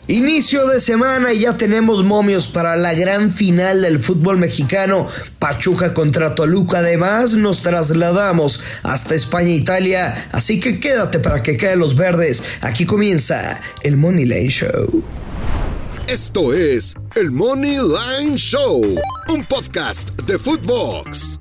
Inicio de semana y ya tenemos momios para la gran final del fútbol mexicano, Pachuca contra Toluca. Además nos trasladamos hasta España e Italia, así que quédate para que queden los verdes. Aquí comienza el Money Line Show. Esto es el Money Line Show, un podcast de Footbox.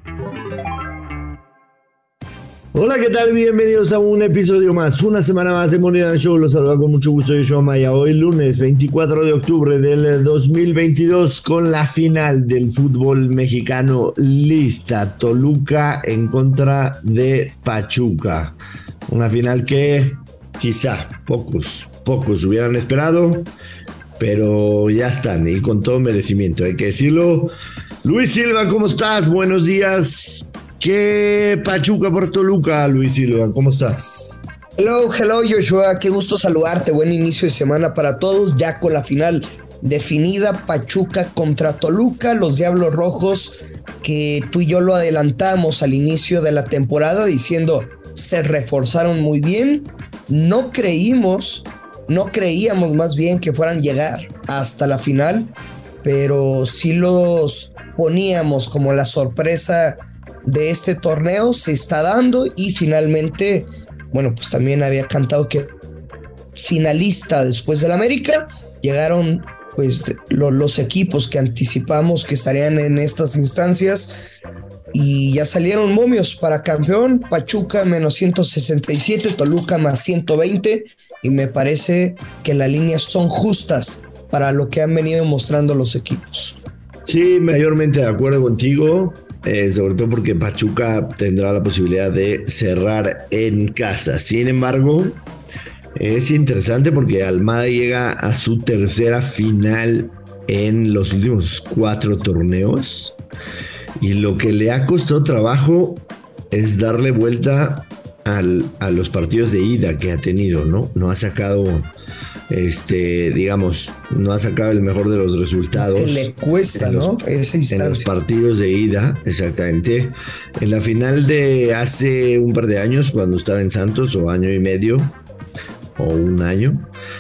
Hola, ¿qué tal? Bienvenidos a un episodio más, una semana más de Money Line Show. Los saluda con mucho gusto Yoshua Maya. Hoy lunes 24 de octubre del 2022 con la final del fútbol mexicano lista. Toluca en contra de Pachuca. Una final que quizá pocos hubieran esperado, pero ya están y con todo merecimiento, hay que decirlo. Luis Silva, ¿cómo estás? Buenos días. ¿Qué Pachuca por Toluca, Luis Silva? ¿Cómo estás? Hello Joshua, qué gusto saludarte. Buen inicio de semana para todos, ya con la final definida, Pachuca contra Toluca, los Diablos Rojos, que tú y yo lo adelantamos al inicio de la temporada diciendo se reforzaron muy bien. No creíamos más bien que fueran a llegar hasta la final, pero sí los poníamos como la sorpresa de este torneo. Se está dando y finalmente, bueno, pues también había cantado que finalista después del América. Llegaron pues los equipos que anticipamos que estarían en estas instancias y ya salieron momios para campeón. Pachuca menos 167, Toluca más 120, y me parece que las líneas son justas para lo que han venido mostrando los equipos. Sí, mayormente de acuerdo contigo. Sobre todo porque Pachuca tendrá la posibilidad de cerrar en casa. Sin embargo, es interesante porque Almada llega a su tercera final en los últimos 4 torneos. Y lo que le ha costado trabajo es darle vuelta a los partidos de ida que ha tenido, ¿no? No ha sacado... no ha sacado el mejor de los resultados. Le cuesta, ¿no? En los partidos de ida, exactamente. En la final de hace un par de años, cuando estaba en Santos, o año y medio, o un año,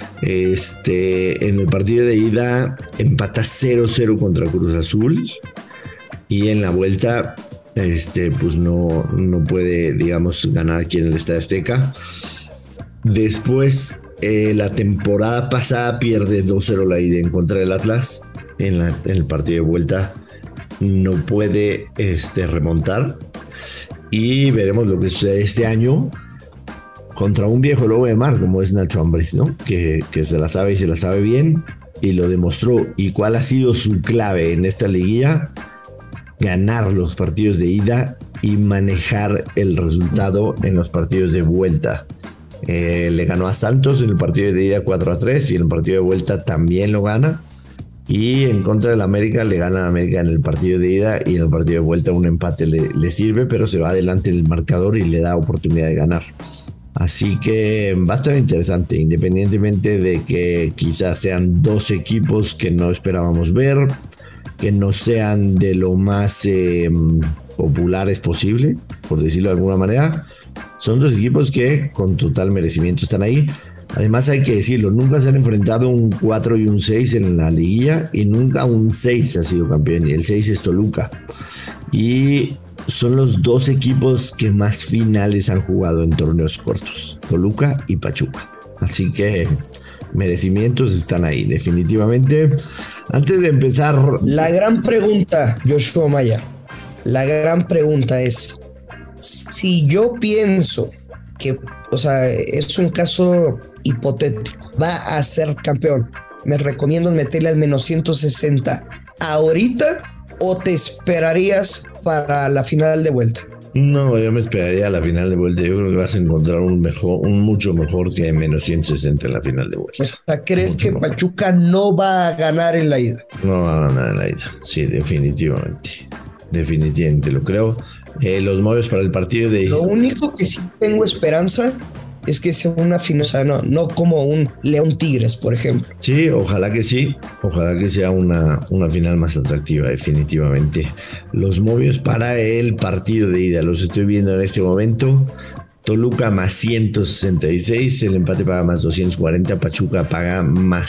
en el partido de ida empata 0-0 contra Cruz Azul, y en la vuelta, pues no puede, digamos, ganar aquí en el Estadio Azteca. Después, la temporada pasada pierde 2-0 la ida en contra del Atlas. En el partido de vuelta no puede remontar. Y veremos lo que sucede este año contra un viejo lobo de mar como es Nacho Ambriz, ¿no? Que se la sabe y se la sabe bien, y lo demostró. ¿Y cuál ha sido su clave en esta liguilla? Ganar los partidos de ida y manejar el resultado en los partidos de vuelta. Le ganó a Santos en el partido de ida 4-3 y en el partido de vuelta también lo gana. Y en contra del América le gana a América en el partido de ida, y en el partido de vuelta un empate le sirve, pero se va adelante en el marcador y le da oportunidad de ganar. Así que va a estar interesante, independientemente de que quizás sean 2 equipos que no esperábamos ver, que no sean de lo más populares posible, por decirlo de alguna manera. Son 2 equipos que con total merecimiento están ahí. Además, hay que decirlo, nunca se han enfrentado un 4 y un 6 en la liguilla, y nunca un 6 ha sido campeón, y el 6 es Toluca. Y son los 2 equipos que más finales han jugado en torneos cortos, Toluca y Pachuca. Así que merecimientos están ahí, definitivamente. Antes de empezar... La gran pregunta, Joshua Maya, la gran pregunta es... Si yo pienso que, o sea, es un caso hipotético, va a ser campeón, ¿me recomiendas meterle al menos 160 ahorita o te esperarías para la final de vuelta? No, yo me esperaría a la final de vuelta. Yo creo que vas a encontrar un mucho mejor que menos 160 en la final de vuelta. O sea, ¿crees que Pachuca no va a ganar en la ida? No va a ganar en la ida, sí, definitivamente lo creo. Los movios para el partido de... Lo único que sí tengo esperanza es que sea una final, o sea, no como un León Tigres, por ejemplo. Sí, ojalá que sí, ojalá que sea una final más atractiva, definitivamente. Los movios para el partido de ida los estoy viendo en este momento. Toluca más 166, el empate paga más 240, Pachuca paga más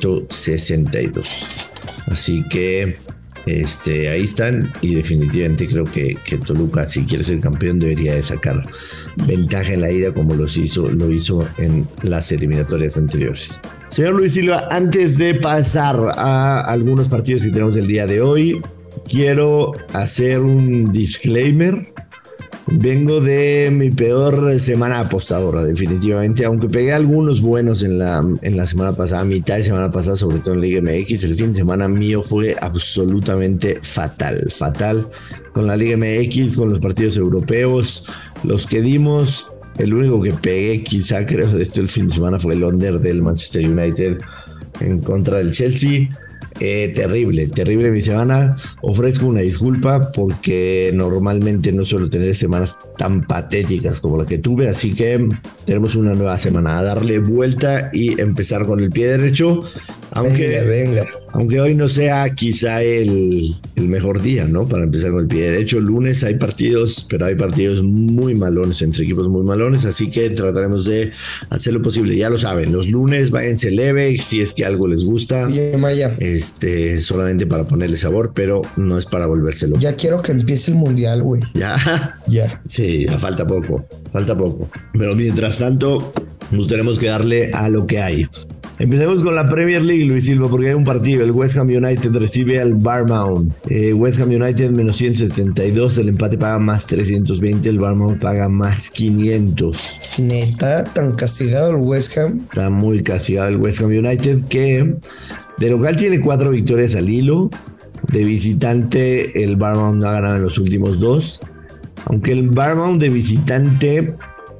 162. Así que ahí están, y definitivamente creo que Toluca, si quiere ser campeón, debería de sacar ventaja en la ida como lo hizo en las eliminatorias anteriores. Señor Luis Silva, antes de pasar a algunos partidos que tenemos el día de hoy, quiero hacer un disclaimer. Vengo de mi peor semana apostadora, definitivamente, aunque pegué algunos buenos en la semana pasada, mitad de semana pasada, sobre todo en Liga MX. El fin de semana mío fue absolutamente fatal con la Liga MX, con los partidos europeos, los que dimos. El único que pegué, quizá creo, de el fin de semana fue el under del Manchester United en contra del Chelsea. Terrible mi semana. Ofrezco una disculpa porque normalmente no suelo tener semanas tan patéticas como la que tuve, así que tenemos una nueva semana a darle vuelta y empezar con el pie derecho, aunque hoy no sea quizá el mejor día, ¿no? Para empezar con el pie derecho. El lunes hay partidos, pero hay partidos muy malones, entre equipos muy malones, así que trataremos de hacer lo posible. Ya lo saben, los lunes váyanse leve si es que algo les gusta, solamente para ponerle sabor, pero no es para volvérselo. Ya quiero que empiece el mundial, güey. Ya. Sí, ya falta poco, pero mientras tanto nos tenemos que darle a lo que hay. Empecemos con la Premier League, Luis Silva, porque hay un partido. El West Ham United recibe al Bournemouth. West Ham United menos 172, el empate paga más 320, el Bournemouth paga más 500. Neta, tan castigado el West Ham. Está muy castigado el West Ham United, que de local tiene 4 victorias al hilo. De visitante, el Bournemouth no ha ganado en los últimos 2. Aunque el Bournemouth de visitante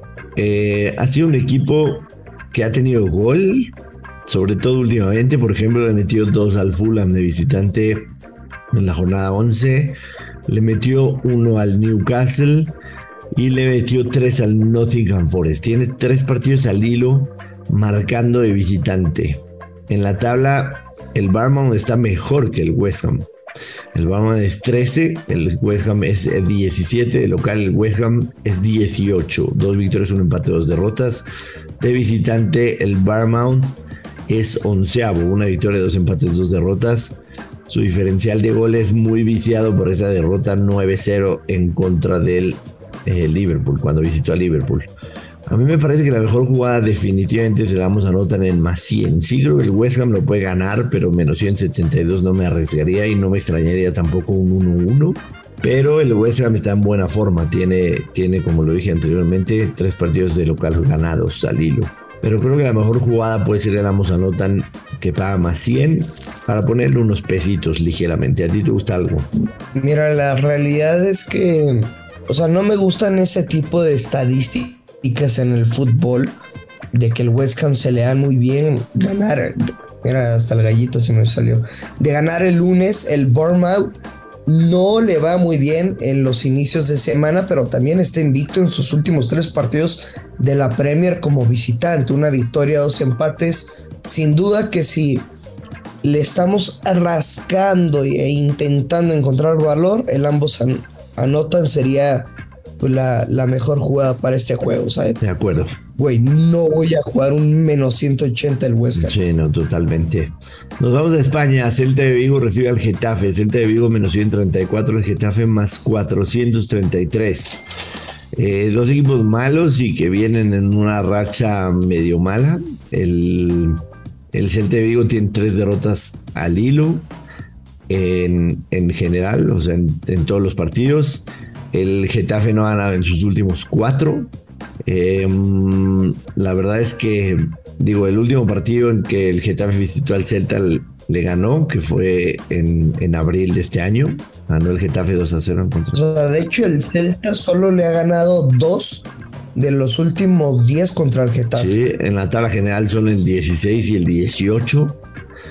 ha sido un equipo que ha tenido gol, sobre todo últimamente. Por ejemplo, le metió 2 al Fulham de visitante en la jornada 11, le metió 1 al Newcastle y le metió 3 al Nottingham Forest. Tiene 3 partidos al hilo marcando de visitante. En la tabla, el Bournemouth está mejor que el West Ham. El Bournemouth es 13, el West Ham es 17, de local el West Ham es 18. 2 victorias, 1 empate, 2 derrotas. De visitante, el Bournemouth es 11avo, 1 victoria, 2 empates, 2 derrotas. Su diferencial de goles muy viciado por esa derrota 9-0 en contra del Liverpool, cuando visitó a Liverpool. A mí me parece que la mejor jugada definitivamente se la vamos a anotar en más 100. Sí creo que el West Ham lo puede ganar, pero menos 172 no me arriesgaría y no me extrañaría tampoco un 1-1. Pero el West Ham está en buena forma. Tiene, como lo dije anteriormente, 3 partidos de local ganados al hilo. Pero creo que la mejor jugada puede ser el ambos anotan, que paga más 100, para ponerle unos pesitos ligeramente. ¿A ti te gusta algo? Mira, la realidad es que, no me gustan ese tipo de estadísticas en el fútbol, de que el West Ham se le da muy bien ganar. Mira, hasta el gallito se me salió. De ganar el lunes, el Bournemouth no le va muy bien en los inicios de semana, pero también está invicto en sus últimos 3 partidos de la Premier como visitante. 1 victoria, 2 empates. Sin duda que si le estamos rascando e intentando encontrar valor, el ambos anotan sería pues la mejor jugada para este juego, ¿sabes? De acuerdo. Güey, no voy a jugar un menos 180 el West Ham. Sí, no, totalmente. Nos vamos a España. Celta de Vigo recibe al Getafe. Celta de Vigo menos 134, el Getafe más 433. 2 equipos malos y que vienen en una racha medio mala. El Celta de Vigo tiene 3 derrotas al hilo en general, en todos los partidos. El Getafe no ha ganado en sus últimos 4. La verdad es que, el último partido en que el Getafe visitó al Celta le ganó, que fue en abril de este año. Ganó el Getafe 2-0 en contra. De hecho, el Celta solo le ha ganado 2 de los últimos 10 contra el Getafe. Sí, en la tabla general son el 16 y el 18.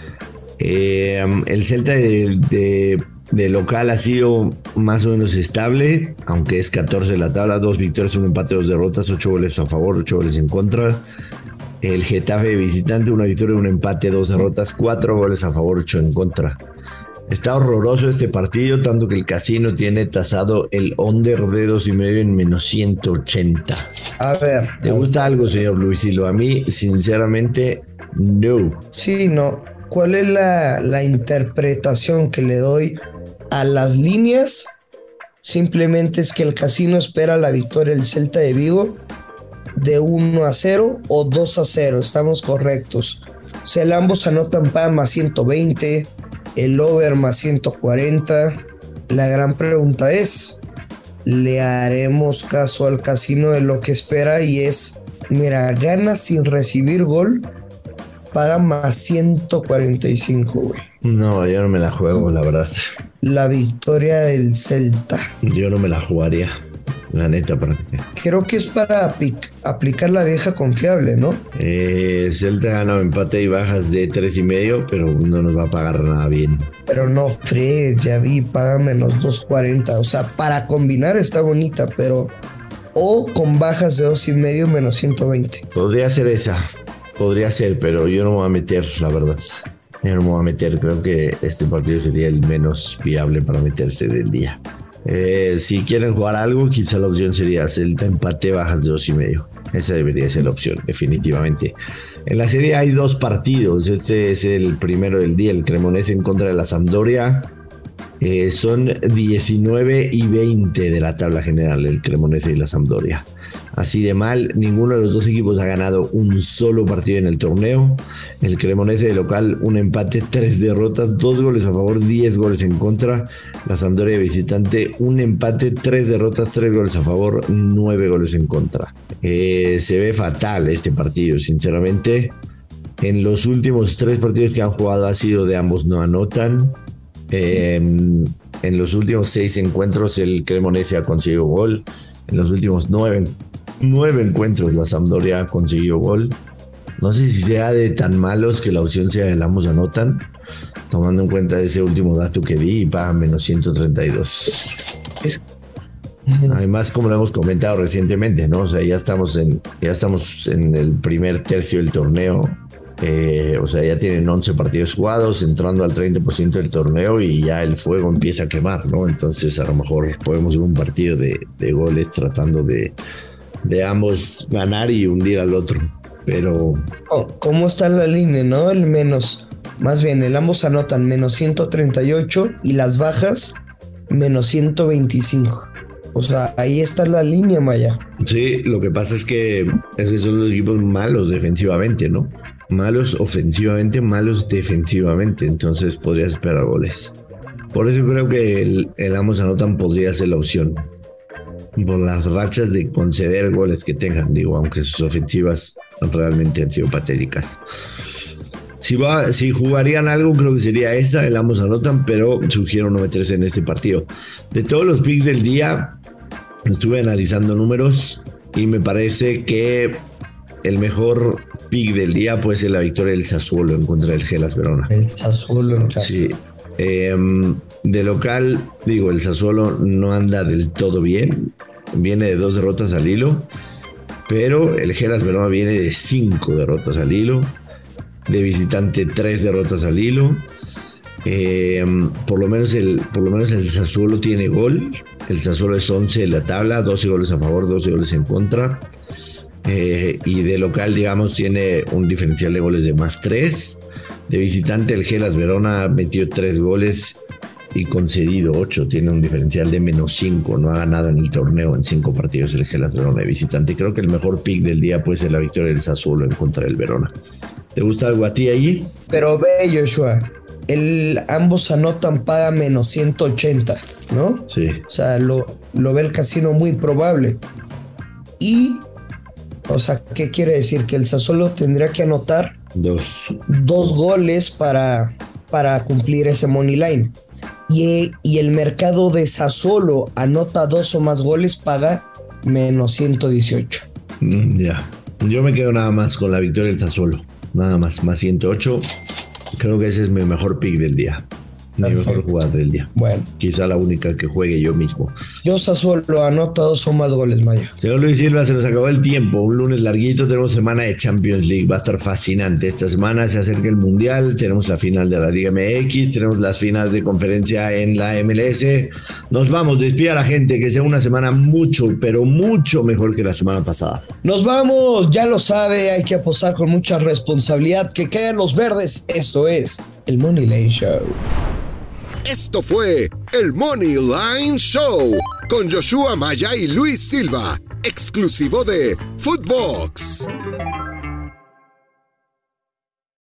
El Celta de local ha sido más o menos estable, aunque es 14 en la tabla, 2 victorias, 1 empate, 2 derrotas, 8 goles a favor, 8 goles en contra. El Getafe de visitante, 1 victoria, 1 empate, 2 derrotas, 4 goles a favor, 8 en contra. Está horroroso este partido, tanto que el casino tiene tasado el under de 2.5 en menos 180. A ver. ¿Te gusta algo, señor Luisilo? A mí, sinceramente, no. Sí, no. ¿Cuál es la interpretación que le doy a las líneas? Simplemente es que el casino espera la victoria del Celta de Vigo de 1-0 o 2-0. Estamos correctos. O sea, el ambos anotan para más 120, el over más 140. La gran pregunta es, ¿le haremos caso al casino de lo que espera? Y es, mira, gana sin recibir gol, paga más 145, güey. No, yo no me la juego, la verdad. La victoria del Celta. Yo no me la jugaría, la neta. Creo que es para aplicar la vieja confiable, ¿no? Celta gana empate y bajas de 3.5, pero no nos va a pagar nada bien. Pero no fregues, ya vi, paga menos 240. O sea, para combinar está bonita, pero... O con bajas de 2.5 menos 120. Podría ser esa. Podría ser, pero yo no me voy a meter, la verdad. Yo no me voy a meter. Creo que este partido sería el menos viable para meterse del día. Si quieren jugar algo, quizá la opción sería Celta empate, bajas de 2.5. Esa debería ser la opción, definitivamente. En la serie hay 2 partidos. Este es el primero del día, el Cremonese en contra de la Sampdoria. Son 19 y 20 de la tabla general, el Cremonese y la Sampdoria. Así de mal, ninguno de los dos equipos ha ganado un solo partido en el torneo. El Cremonese de local, un empate, 3 derrotas, 2 goles a favor, 10 goles en contra. La Sampdoria de visitante, un empate, 3 derrotas, 3 goles a favor, 9 goles en contra. Se ve fatal este partido, sinceramente. En los últimos 3 partidos que han jugado ha sido de ambos no anotan. En los últimos 6 encuentros el Cremonese ha conseguido gol. En los últimos 9 encuentros la Sampdoria ha conseguido gol. No sé si sea de tan malos que la opción sea el ambos anotan, tomando en cuenta ese último dato que di, y paga menos 132. Además, como lo hemos comentado recientemente, ¿no? O sea, ya estamos en el primer tercio del torneo. O sea, ya tienen 11 partidos jugados, entrando al 30% del torneo, y ya el fuego empieza a quemar, ¿no? Entonces a lo mejor podemos ver un partido de goles tratando de ambos ganar y hundir al otro, pero... ¿Cómo está la línea, no? Más bien, el ambos anotan menos 138 y las bajas menos 125. O sea, ahí está la línea, Maya. Sí, lo que pasa es que esos son los equipos malos defensivamente, ¿no? Malos ofensivamente, malos defensivamente. Entonces podrías esperar goles. Por eso creo que el ambos anotan podría ser la opción. Por las rachas de conceder goles que tengan, digo, aunque sus ofensivas realmente han sido patéticas. Si jugarían algo, creo que sería esa, el ambos anotan, pero sugiero no meterse en este partido. De todos los picks del día, estuve analizando números y me parece que el mejor pick del día puede ser la victoria del Sassuolo en contra del Hellas Verona. El Sassuolo en casa. Sí. De local, digo, el Sassuolo no anda del todo bien. Viene de 2 derrotas al hilo, pero el Hellas Verona viene de 5 derrotas al hilo. De visitante, 3 derrotas al hilo. Por lo menos el Sassuolo tiene gol. El Sassuolo es 11 en la tabla, 12 goles a favor, 12 goles en contra. Y de local, digamos, tiene un diferencial de goles de más 3. De visitante, el Hellas Verona metió 3 goles y concedido 8. Tiene un diferencial de menos 5. No ha ganado en el torneo en 5 partidos el Hellas Verona de visitante. Creo que el mejor pick del día puede ser la victoria del Sassuolo en contra del Verona. ¿Te gusta algo a ti allí? Pero ve, Joshua, ambos anotan, paga menos 180, ¿no? Sí. O sea, lo ve el casino muy probable. Y, o sea, ¿qué quiere decir? Que el Sassuolo tendría que anotar 2 goles para cumplir ese money line. Y el mercado de Sassuolo anota 2 o más goles, paga menos 118. Ya. Yo me quedo nada más con la victoria del Sassuolo. Nada más 108. Creo que ese es mi mejor pick del día. Mi mejor jugada del día. Bueno. Quizá la única que juegue yo mismo. Yo Sassuolo anota 2 o más goles, Maya. Señor Luis Silva, se nos acabó el tiempo. Un lunes larguito, tenemos semana de Champions League. Va a estar fascinante. Esta semana se acerca el Mundial, tenemos la final de la Liga MX, tenemos las finales de conferencia en la MLS. Nos vamos, despida a la gente, que sea una semana mucho, pero mucho mejor que la semana pasada. Nos vamos, ya lo sabe, hay que apostar con mucha responsabilidad. Que caigan los verdes. Esto es el Money Line Show. Esto fue el Money Line Show con Joshua Maya y Luis Silva, exclusivo de Footbox.